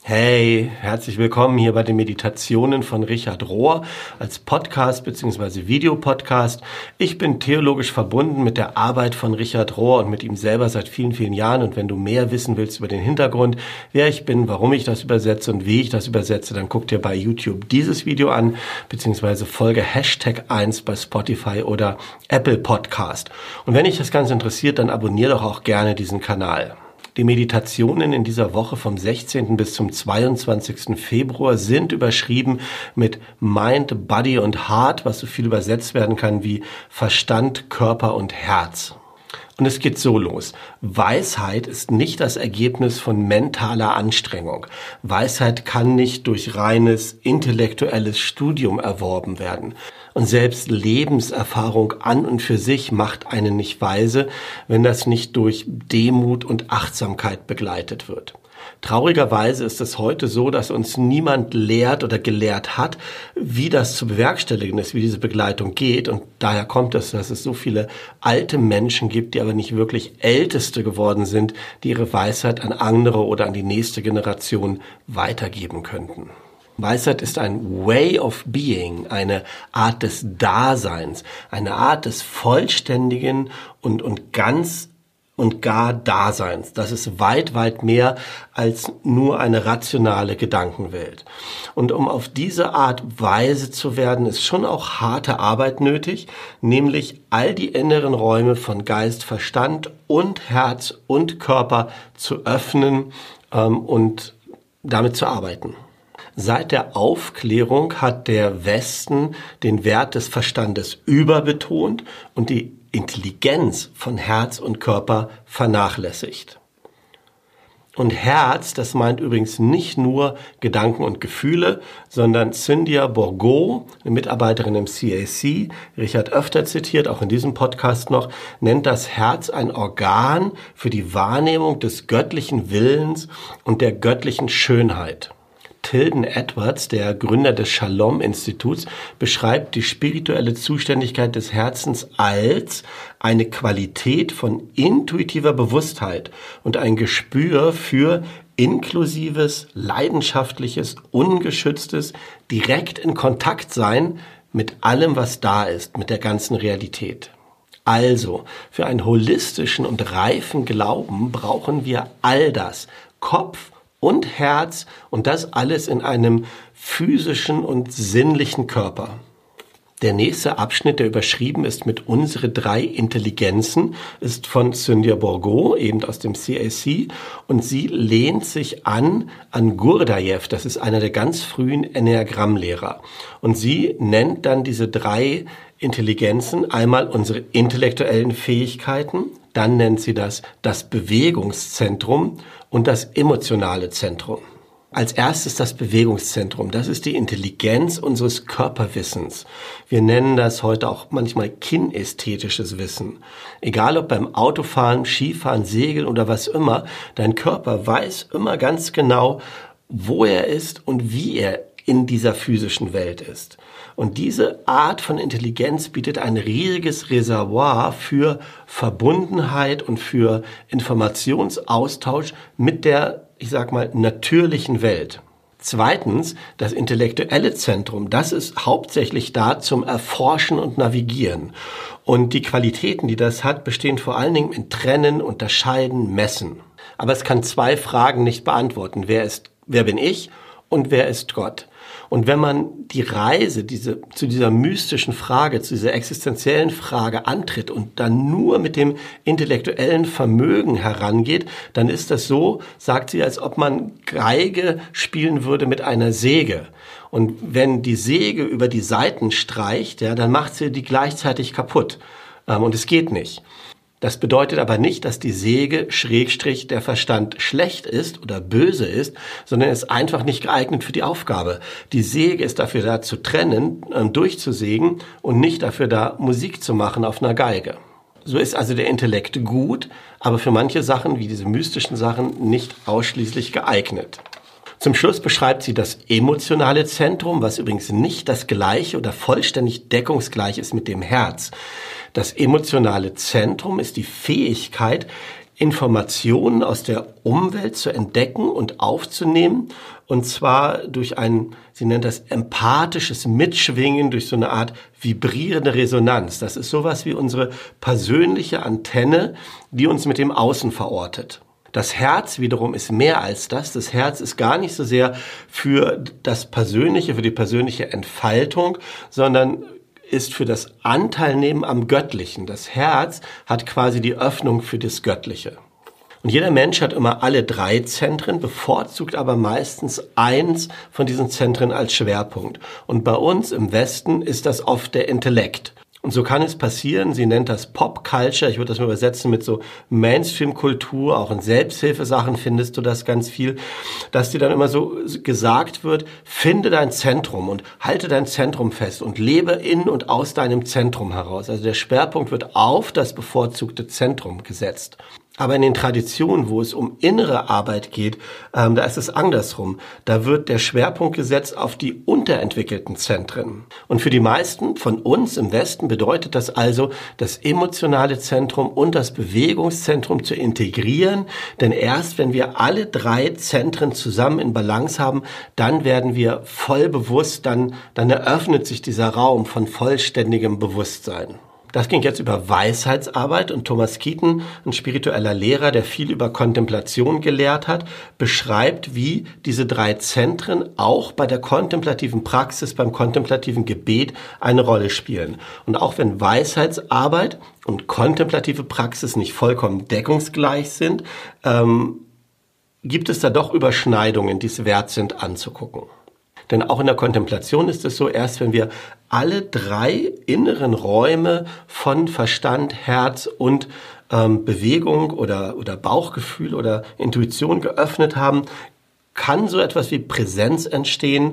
Hey, herzlich willkommen hier bei den Meditationen von Richard Rohr als Podcast bzw. Videopodcast. Ich bin theologisch verbunden mit der Arbeit von Richard Rohr und mit ihm selber seit vielen, vielen Jahren. Und wenn du mehr wissen willst über den Hintergrund, wer ich bin, warum ich das übersetze und wie ich das übersetze, dann guck dir bei YouTube dieses Video an, beziehungsweise folge #1 bei Spotify oder Apple Podcast. Und wenn dich das Ganze interessiert, dann abonniere doch auch gerne diesen Kanal. Die Meditationen in dieser Woche vom 16. bis zum 22. Februar sind überschrieben mit Mind, Body und Heart, was so viel übersetzt werden kann wie Verstand, Körper und Herz. Und es geht so los. Weisheit ist nicht das Ergebnis von mentaler Anstrengung. Weisheit kann nicht durch reines intellektuelles Studium erworben werden. Und selbst Lebenserfahrung an und für sich macht einen nicht weise, wenn das nicht durch Demut und Achtsamkeit begleitet wird. Traurigerweise ist es heute so, dass uns niemand lehrt oder gelehrt hat, wie das zu bewerkstelligen ist, wie diese Begleitung geht. Und daher kommt es, dass es so viele alte Menschen gibt, die aber nicht wirklich Älteste geworden sind, die ihre Weisheit an andere oder an die nächste Generation weitergeben könnten. Weisheit ist ein Way of Being, eine Art des Daseins, eine Art des vollständigen und ganz und gar Daseins. Das ist weit, weit mehr als nur eine rationale Gedankenwelt. Und um auf diese Art weise zu werden, ist schon auch harte Arbeit nötig, nämlich all die inneren Räume von Geist, Verstand und Herz und Körper zu öffnen und damit zu arbeiten. Seit der Aufklärung hat der Westen den Wert des Verstandes überbetont und die Intelligenz von Herz und Körper vernachlässigt. Und Herz, das meint übrigens nicht nur Gedanken und Gefühle, sondern Cynthia Bourgeault, eine Mitarbeiterin im CAC, Richard öfter zitiert, auch in diesem Podcast noch, nennt das Herz ein Organ für die Wahrnehmung des göttlichen Willens und der göttlichen Schönheit. Tilden Edwards, der Gründer des Shalom-Instituts, beschreibt die spirituelle Zuständigkeit des Herzens als eine Qualität von intuitiver Bewusstheit und ein Gespür für inklusives, leidenschaftliches, ungeschütztes, direkt in Kontakt sein mit allem, was da ist, mit der ganzen Realität. Also, für einen holistischen und reifen Glauben brauchen wir all das, Kopf und Herz und das alles in einem physischen und sinnlichen Körper. Der nächste Abschnitt, der überschrieben ist mit unsere 3 Intelligenzen, ist von Cynthia Bourgeault, eben aus dem CAC, und sie lehnt sich an Gurdjieff, das ist einer der ganz frühen Enneagrammlehrer. Und sie nennt dann diese 3 Intelligenzen, einmal unsere intellektuellen Fähigkeiten, dann nennt sie das Bewegungszentrum und das emotionale Zentrum. Als erstes das Bewegungszentrum. Das ist die Intelligenz unseres Körperwissens. Wir nennen das heute auch manchmal kinästhetisches Wissen. Egal ob beim Autofahren, Skifahren, Segeln oder was immer, dein Körper weiß immer ganz genau, wo er ist und wie er in dieser physischen Welt ist. Und diese Art von Intelligenz bietet ein riesiges Reservoir für Verbundenheit und für Informationsaustausch mit der, ich sag mal, natürlichen Welt. Zweitens, das intellektuelle Zentrum, das ist hauptsächlich da zum Erforschen und Navigieren. Und die Qualitäten, die das hat, bestehen vor allen Dingen in Trennen, Unterscheiden, Messen. Aber es kann 2 Fragen nicht beantworten. Wer bin ich und wer ist Gott? Und wenn man die Reise zu dieser mystischen Frage, zu dieser existenziellen Frage antritt und dann nur mit dem intellektuellen Vermögen herangeht, dann ist das so, sagt sie, als ob man Geige spielen würde mit einer Säge. Und wenn die Säge über die Saiten streicht, ja, dann macht sie die gleichzeitig kaputt. Und es geht nicht. Das bedeutet aber nicht, dass die Säge / der Verstand schlecht ist oder böse ist, sondern ist einfach nicht geeignet für die Aufgabe. Die Säge ist dafür da zu trennen, durchzusägen und nicht dafür da Musik zu machen auf einer Geige. So ist also der Intellekt gut, aber für manche Sachen, wie diese mystischen Sachen, nicht ausschließlich geeignet. Zum Schluss beschreibt sie das emotionale Zentrum, was übrigens nicht das gleiche oder vollständig deckungsgleich ist mit dem Herz. Das emotionale Zentrum ist die Fähigkeit, Informationen aus der Umwelt zu entdecken und aufzunehmen. Und zwar durch ein, sie nennt das empathisches Mitschwingen, durch so eine Art vibrierende Resonanz. Das ist sowas wie unsere persönliche Antenne, die uns mit dem Außen verortet. Das Herz wiederum ist mehr als das. Das Herz ist gar nicht so sehr für das Persönliche, für die persönliche Entfaltung, sondern ist für das Anteilnehmen am Göttlichen. Das Herz hat quasi die Öffnung für das Göttliche. Und jeder Mensch hat immer alle 3 Zentren, bevorzugt aber meistens eins von diesen Zentren als Schwerpunkt. Und bei uns im Westen ist das oft der Intellekt. Und so kann es passieren, sie nennt das Pop Culture, ich würde das mal übersetzen mit so Mainstream-Kultur, auch in Selbsthilfesachen findest du das ganz viel, dass dir dann immer so gesagt wird, finde dein Zentrum und halte dein Zentrum fest und lebe in und aus deinem Zentrum heraus. Also der Schwerpunkt wird auf das bevorzugte Zentrum gesetzt. Aber in den Traditionen, wo es um innere Arbeit geht, da ist es andersrum. Da wird der Schwerpunkt gesetzt auf die unterentwickelten Zentren. Und für die meisten von uns im Westen bedeutet das also, das emotionale Zentrum und das Bewegungszentrum zu integrieren. Denn erst wenn wir alle 3 Zentren zusammen in Balance haben, dann werden wir voll bewusst, dann eröffnet sich dieser Raum von vollständigem Bewusstsein. Das ging jetzt über Weisheitsarbeit und Thomas Keaton, ein spiritueller Lehrer, der viel über Kontemplation gelehrt hat, beschreibt, wie diese 3 Zentren auch bei der kontemplativen Praxis, beim kontemplativen Gebet eine Rolle spielen. Und auch wenn Weisheitsarbeit und kontemplative Praxis nicht vollkommen deckungsgleich sind, gibt es da doch Überschneidungen, die es wert sind anzugucken. Denn auch in der Kontemplation ist es so, erst wenn wir alle 3 inneren Räume von Verstand, Herz und Bewegung oder Bauchgefühl oder Intuition geöffnet haben, kann so etwas wie Präsenz entstehen,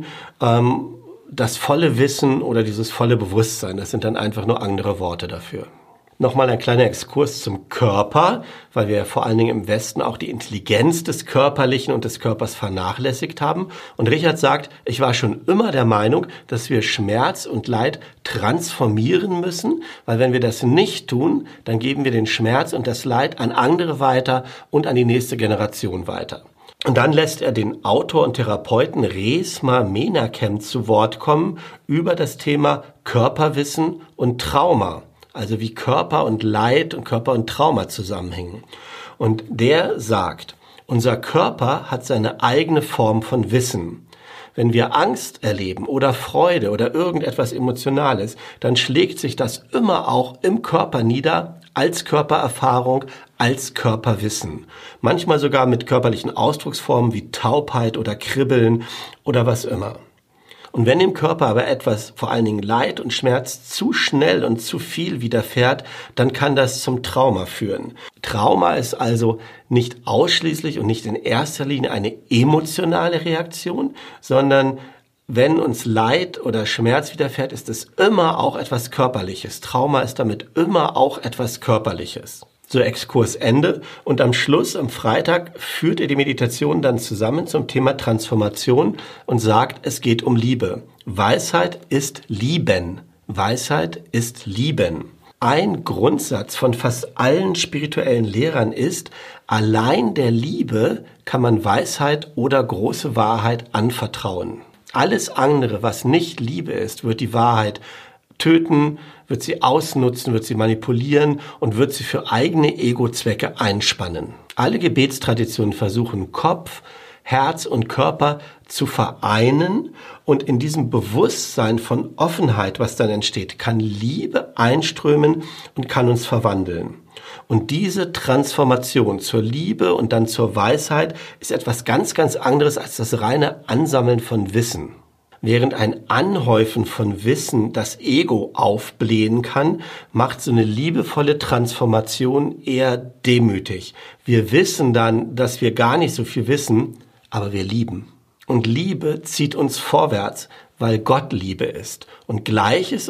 das volle Wissen oder dieses volle Bewusstsein. Das sind dann einfach nur andere Worte dafür. Nochmal ein kleiner Exkurs zum Körper, weil wir ja vor allen Dingen im Westen auch die Intelligenz des Körperlichen und des Körpers vernachlässigt haben. Und Richard sagt, ich war schon immer der Meinung, dass wir Schmerz und Leid transformieren müssen, weil wenn wir das nicht tun, dann geben wir den Schmerz und das Leid an andere weiter und an die nächste Generation weiter. Und dann lässt er den Autor und Therapeuten Resmaa Menakem zu Wort kommen über das Thema Körperwissen und Trauma. Also wie Körper und Leid und Körper und Trauma zusammenhängen. Und der sagt, unser Körper hat seine eigene Form von Wissen. Wenn wir Angst erleben oder Freude oder irgendetwas Emotionales, dann schlägt sich das immer auch im Körper nieder, als Körpererfahrung, als Körperwissen. Manchmal sogar mit körperlichen Ausdrucksformen wie Taubheit oder Kribbeln oder was immer. Und wenn dem Körper aber etwas, vor allen Dingen Leid und Schmerz, zu schnell und zu viel widerfährt, dann kann das zum Trauma führen. Trauma ist also nicht ausschließlich und nicht in erster Linie eine emotionale Reaktion, sondern wenn uns Leid oder Schmerz widerfährt, ist es immer auch etwas Körperliches. Trauma ist damit immer auch etwas Körperliches. So Exkursende und am Schluss, am Freitag, führt er die Meditation dann zusammen zum Thema Transformation und sagt, es geht um Liebe. Weisheit ist Lieben. Weisheit ist Lieben. Ein Grundsatz von fast allen spirituellen Lehrern ist, allein der Liebe kann man Weisheit oder große Wahrheit anvertrauen. Alles andere, was nicht Liebe ist, wird die Wahrheit töten, wird sie ausnutzen, wird sie manipulieren und wird sie für eigene Ego-Zwecke einspannen. Alle Gebetstraditionen versuchen, Kopf, Herz und Körper zu vereinen und in diesem Bewusstsein von Offenheit, was dann entsteht, kann Liebe einströmen und kann uns verwandeln. Und diese Transformation zur Liebe und dann zur Weisheit ist etwas ganz, ganz anderes als das reine Ansammeln von Wissen. Während ein Anhäufen von Wissen das Ego aufblähen kann, macht so eine liebevolle Transformation eher demütig. Wir wissen dann, dass wir gar nicht so viel wissen, aber wir lieben. Und Liebe zieht uns vorwärts, weil Gott Liebe ist. Und Gleiches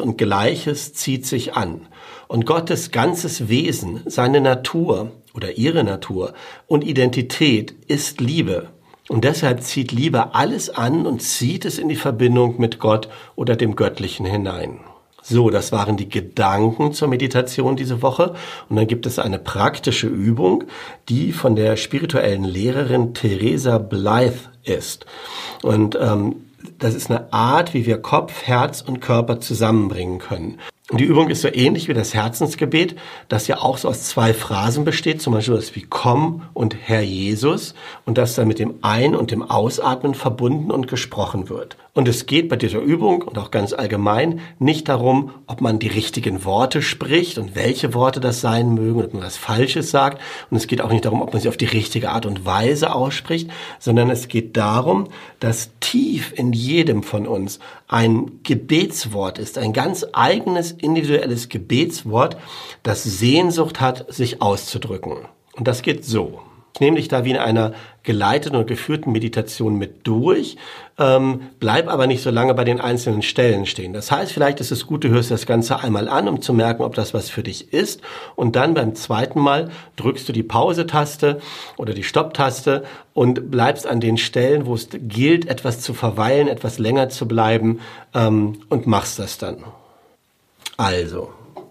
zieht sich an. Und Gottes ganzes Wesen, seine Natur oder ihre Natur und Identität ist Liebe. Und deshalb zieht Liebe alles an und zieht es in die Verbindung mit Gott oder dem Göttlichen hinein. So, das waren die Gedanken zur Meditation diese Woche. Und dann gibt es eine praktische Übung, die von der spirituellen Lehrerin Theresa Blythe ist. Und das ist eine Art, wie wir Kopf, Herz und Körper zusammenbringen können. Und die Übung ist so ähnlich wie das Herzensgebet, das ja auch so aus 2 Phrasen besteht, zum Beispiel das wie Komm und Herr Jesus, und das dann mit dem Ein- und dem Ausatmen verbunden und gesprochen wird. Und es geht bei dieser Übung und auch ganz allgemein nicht darum, ob man die richtigen Worte spricht und welche Worte das sein mögen, ob man was Falsches sagt. Und es geht auch nicht darum, ob man sie auf die richtige Art und Weise ausspricht, sondern es geht darum, dass tief in jedem von uns ein Gebetswort ist, ein ganz eigenes individuelles Gebetswort, das Sehnsucht hat, sich auszudrücken. Und das geht so. Ich nehme dich da wie in einer geleiteten und geführten Meditation mit durch, bleib aber nicht so lange bei den einzelnen Stellen stehen. Das heißt, vielleicht ist es gut, du hörst das Ganze einmal an, um zu merken, ob das was für dich ist. Und dann beim zweiten Mal drückst du die Pause-Taste oder die Stopp-Taste und bleibst an den Stellen, wo es gilt, etwas zu verweilen, etwas länger zu bleiben, und machst das dann. Also.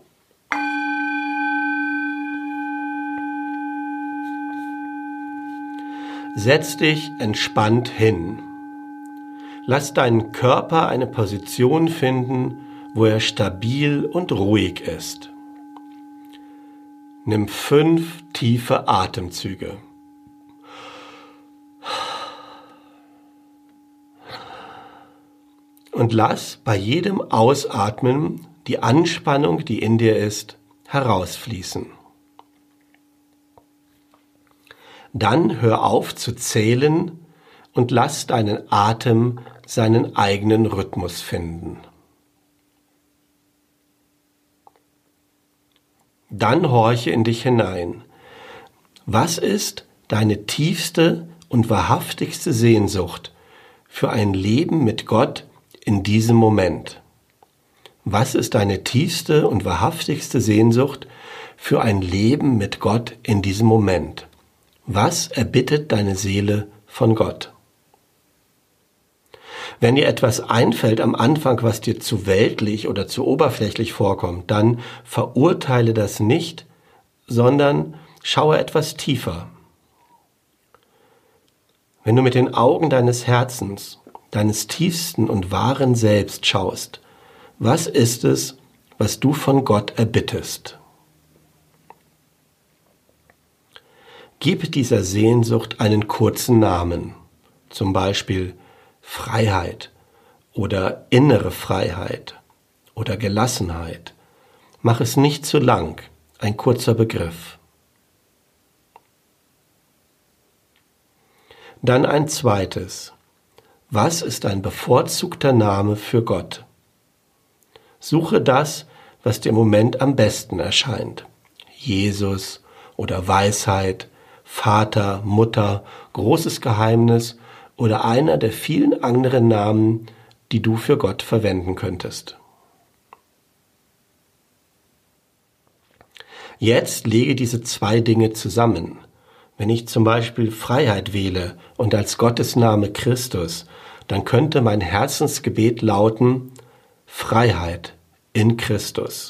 Setz dich entspannt hin. Lass deinen Körper eine Position finden, wo er stabil und ruhig ist. Nimm 5 tiefe Atemzüge. Und lass bei jedem Ausatmen die Anspannung, die in dir ist, herausfließen. Dann hör auf zu zählen und lass deinen Atem seinen eigenen Rhythmus finden. Dann horche in dich hinein. Was ist deine tiefste und wahrhaftigste Sehnsucht für ein Leben mit Gott in diesem Moment? Was ist deine tiefste und wahrhaftigste Sehnsucht für ein Leben mit Gott in diesem Moment? Was erbittet deine Seele von Gott? Wenn dir etwas einfällt am Anfang, was dir zu weltlich oder zu oberflächlich vorkommt, dann verurteile das nicht, sondern schaue etwas tiefer. Wenn du mit den Augen deines Herzens, deines tiefsten und wahren Selbst schaust, was ist es, was du von Gott erbittest? Gib dieser Sehnsucht einen kurzen Namen, zum Beispiel Freiheit oder innere Freiheit oder Gelassenheit. Mach es nicht zu lang, ein kurzer Begriff. Dann ein zweites. Was ist ein bevorzugter Name für Gott? Suche das, was dir im Moment am besten erscheint. Jesus oder Weisheit, Vater, Mutter, großes Geheimnis oder einer der vielen anderen Namen, die du für Gott verwenden könntest. Jetzt lege diese 2 Dinge zusammen. Wenn ich zum Beispiel Freiheit wähle und als Gottesname Christus, dann könnte mein Herzensgebet lauten: Freiheit in Christus.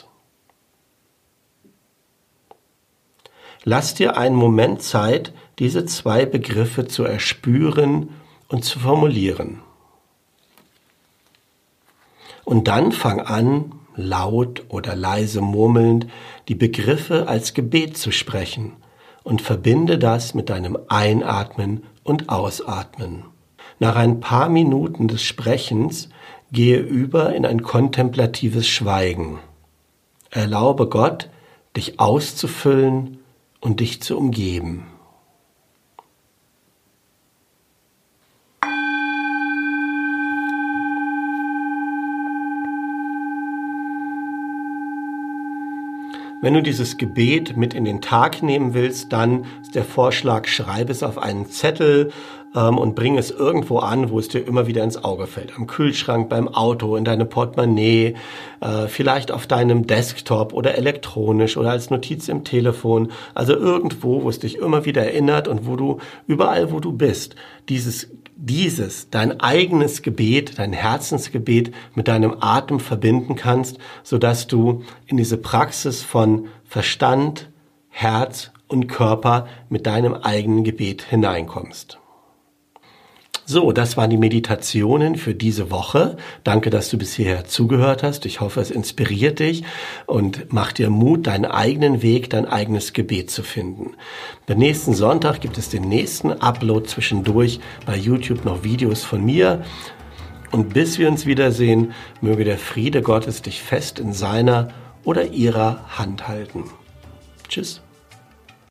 Lass dir einen Moment Zeit, diese 2 Begriffe zu erspüren und zu formulieren. Und dann fang an, laut oder leise murmelnd die Begriffe als Gebet zu sprechen und verbinde das mit deinem Einatmen und Ausatmen. Nach ein paar Minuten des Sprechens gehe über in ein kontemplatives Schweigen. Erlaube Gott, dich auszufüllen und dich zu umgeben. Wenn du dieses Gebet mit in den Tag nehmen willst, dann ist der Vorschlag, schreibe es auf einen Zettel und bring es irgendwo an, wo es dir immer wieder ins Auge fällt. Am Kühlschrank, beim Auto, in deinem Portemonnaie, vielleicht auf deinem Desktop oder elektronisch oder als Notiz im Telefon. Also irgendwo, wo es dich immer wieder erinnert und wo du, überall wo du bist, dein eigenes Gebet, dein Herzensgebet mit deinem Atem verbinden kannst, sodass du in diese Praxis von Verstand, Herz und Körper mit deinem eigenen Gebet hineinkommst. So, das waren die Meditationen für diese Woche. Danke, dass du bis hierher zugehört hast. Ich hoffe, es inspiriert dich und macht dir Mut, deinen eigenen Weg, dein eigenes Gebet zu finden. Den nächsten Sonntag gibt es den nächsten Upload, zwischendurch bei YouTube noch Videos von mir. Und bis wir uns wiedersehen, möge der Friede Gottes dich fest in seiner oder ihrer Hand halten. Tschüss.